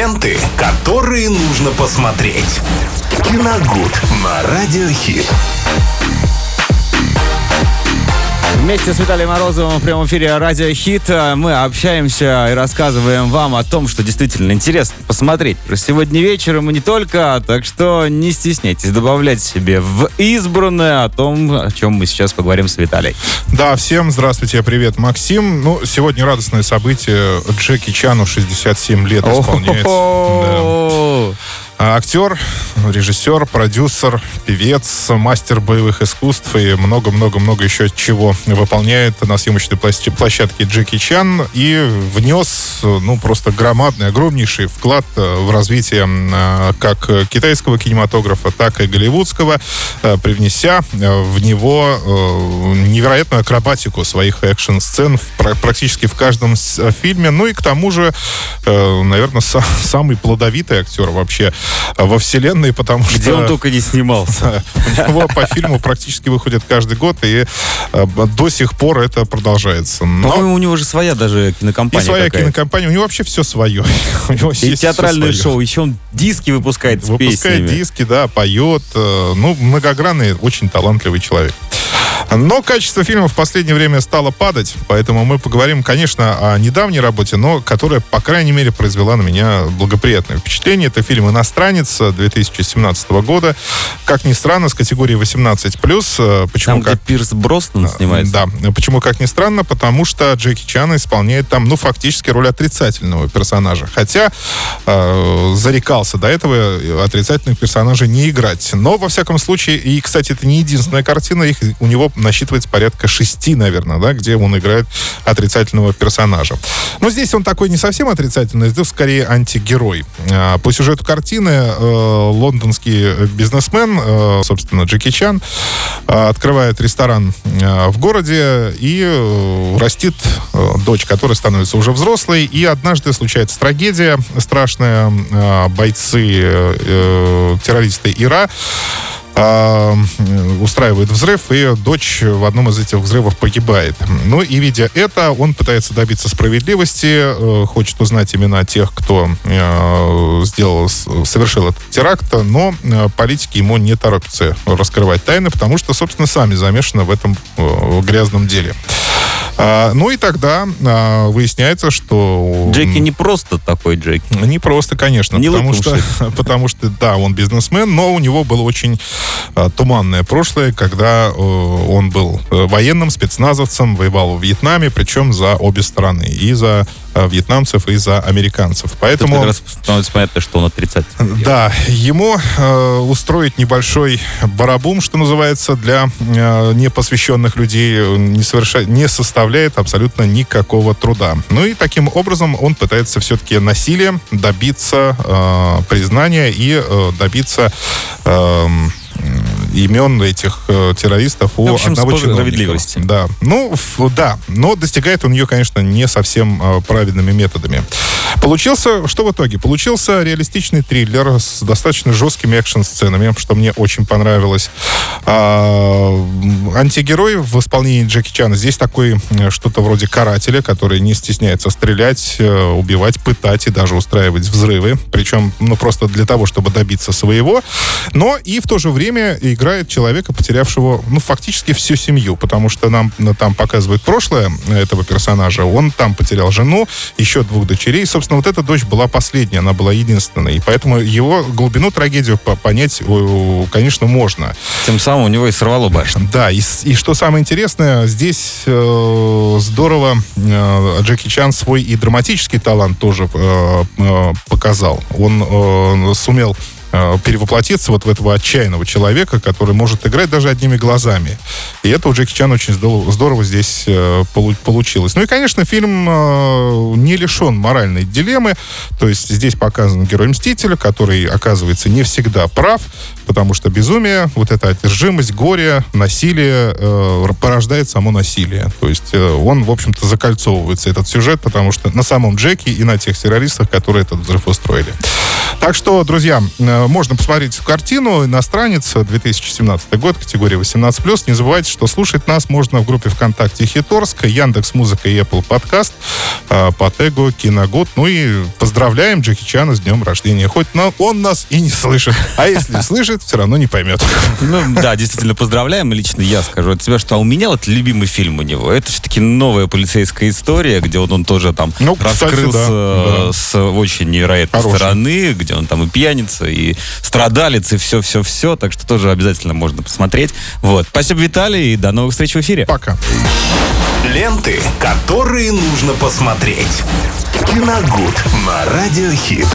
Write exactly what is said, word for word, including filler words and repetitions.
Ленты, которые нужно посмотреть. Киногуд на Радиохит. Вместе с Виталием Морозовым в прямом эфире Радио Хит мы общаемся и рассказываем вам о том, что действительно интересно посмотреть сегодня вечером и не только, так что не стесняйтесь добавлять себе в избранное о том, о чем мы сейчас поговорим с Виталием. Да, всем здравствуйте, привет, Максим. Ну, сегодня радостное событие. Джеки Чану шестьдесят семь лет исполняется. Актер, режиссер, продюсер, певец, мастер боевых искусств и много-много-много еще чего выполняет на съемочной площадке Джеки Чан и внес, ну, просто громадный, огромнейший вклад в развитие как китайского кинематографа, так и голливудского, привнеся в него невероятную акробатику своих экшн-сцен практически в каждом фильме. Ну и к тому же, наверное, самый плодовитый актер вообще во вселенной, потому что... Где он только не снимался. У него по фильму практически выходит каждый год, и до сих пор это продолжается. Но... По-моему, у него же своя даже кинокомпания. И своя такая. кинокомпания. У него вообще все свое. У него и театральное шоу. Еще он диски выпускает с выпускает песнями. диски, да, поет. Ну, многогранный, очень талантливый человек. Но качество фильма в последнее время стало падать, поэтому мы поговорим, конечно, о недавней работе, но которая, по крайней мере, произвела на меня благоприятное впечатление. Это фильм «Иностранец» две тысячи семнадцатого года. Как ни странно, с категории восемнадцать плюс. Почему? Там, как... где Пирс Броснан снимается? Да. Почему, как ни странно? Потому что Джеки Чан исполняет там, ну, фактически роль отрицательного персонажа. Хотя э, зарекался до этого отрицательных персонажей не играть. Но, во всяком случае, и, кстати, это не единственная картина, их у него насчитывается порядка шести, наверное, да, где он играет отрицательного персонажа. Но здесь он такой не совсем отрицательный, это скорее антигерой. По сюжету картины лондонский бизнесмен, собственно, Джеки Чан, открывает ресторан в городе и растит дочь, которая становится уже взрослой, и однажды случается трагедия страшная. Бойцы, террористы Ира устраивает взрыв, и дочь в одном из этих взрывов погибает. Ну и, видя это, он пытается добиться справедливости, хочет узнать имена тех, кто сделал, совершил этот теракт, но политики ему не торопятся раскрывать тайны, потому что, собственно, сами замешаны в этом грязном деле. А, ну и тогда а, выясняется, что... Джеки не просто такой Джеки. Не просто, конечно. Не потому что, потому что, да, он бизнесмен, но у него было очень а, туманное прошлое, когда а, он был военным, спецназовцем, воевал в Вьетнаме, причем за обе стороны. И за а, вьетнамцев, и за американцев. Поэтому... Тут как раз становится понятно, что он отрицательный. Да, ему а, устроить небольшой барабум, что называется, для а, непосвященных людей не, соверша... не составляет абсолютно никакого труда. Ну и таким образом он пытается все-таки насилием добиться э, признания и э, добиться э, имен этих э, террористов у в общем, одного чиновника. Да. Ну, ф, да. Но достигает он ее, конечно, не совсем э, правильными методами. Получился, что в итоге? Получился реалистичный триллер с достаточно жесткими экшн-сценами, что мне очень понравилось. А, антигерой в исполнении Джеки Чана здесь такой что-то вроде карателя, который не стесняется стрелять, убивать, пытать и даже устраивать взрывы. Причем, ну, просто для того, чтобы добиться своего. Но и в то же время играет человека, потерявшего, ну, фактически всю семью, потому что нам там показывают прошлое этого персонажа. Он там потерял жену, еще двух дочерей. Собственно, вот эта дочь была последняя, она была единственной. И поэтому его глубину трагедию понять, конечно, можно. Тем самым у него и сорвало башню. Да, и, и что самое интересное, здесь э, здорово э, Джеки Чан свой и драматический талант тоже э, э, показал. Он э, сумел перевоплотиться вот в этого отчаянного человека, который может играть даже одними глазами. И это у Джеки Чана очень здорово, здорово здесь э, получилось. Ну и, конечно, фильм э, не лишен моральной дилеммы. То есть здесь показан герой-мститель, который, оказывается, не всегда прав, потому что безумие, вот эта одержимость, горе, насилие э, порождает само насилие. То есть э, он, в общем-то, закольцовывается, этот сюжет, потому что на самом Джеки и на тех террористах, которые этот взрыв устроили. Так что, друзья, можно посмотреть картину. «Иностранец», две тысячи семнадцатый год, категория восемнадцать плюс. Не забывайте, что слушать нас можно в группе ВКонтакте «Хиторск», Яндекс.Музыка и Apple Podcast по тегу «Киногуд». Ну и поздравляем Джеки Чана с днем рождения. Хоть он нас и не слышит. А если слышит, все равно не поймет. Ну да, действительно поздравляем. И лично я скажу от себя, что а у меня вот любимый фильм у него. Это все-таки новая полицейская история, где вот он тоже там ну, раскрылся кстати, да, с да. очень невероятной Хороший. стороны, где он там и пьяница, и страдалец, и все-все-все. Так что тоже обязательно можно посмотреть. Вот. Спасибо, Виталий, и до новых встреч в эфире. Пока. Ленты, которые нужно посмотреть. Киногуд на Радио Хит.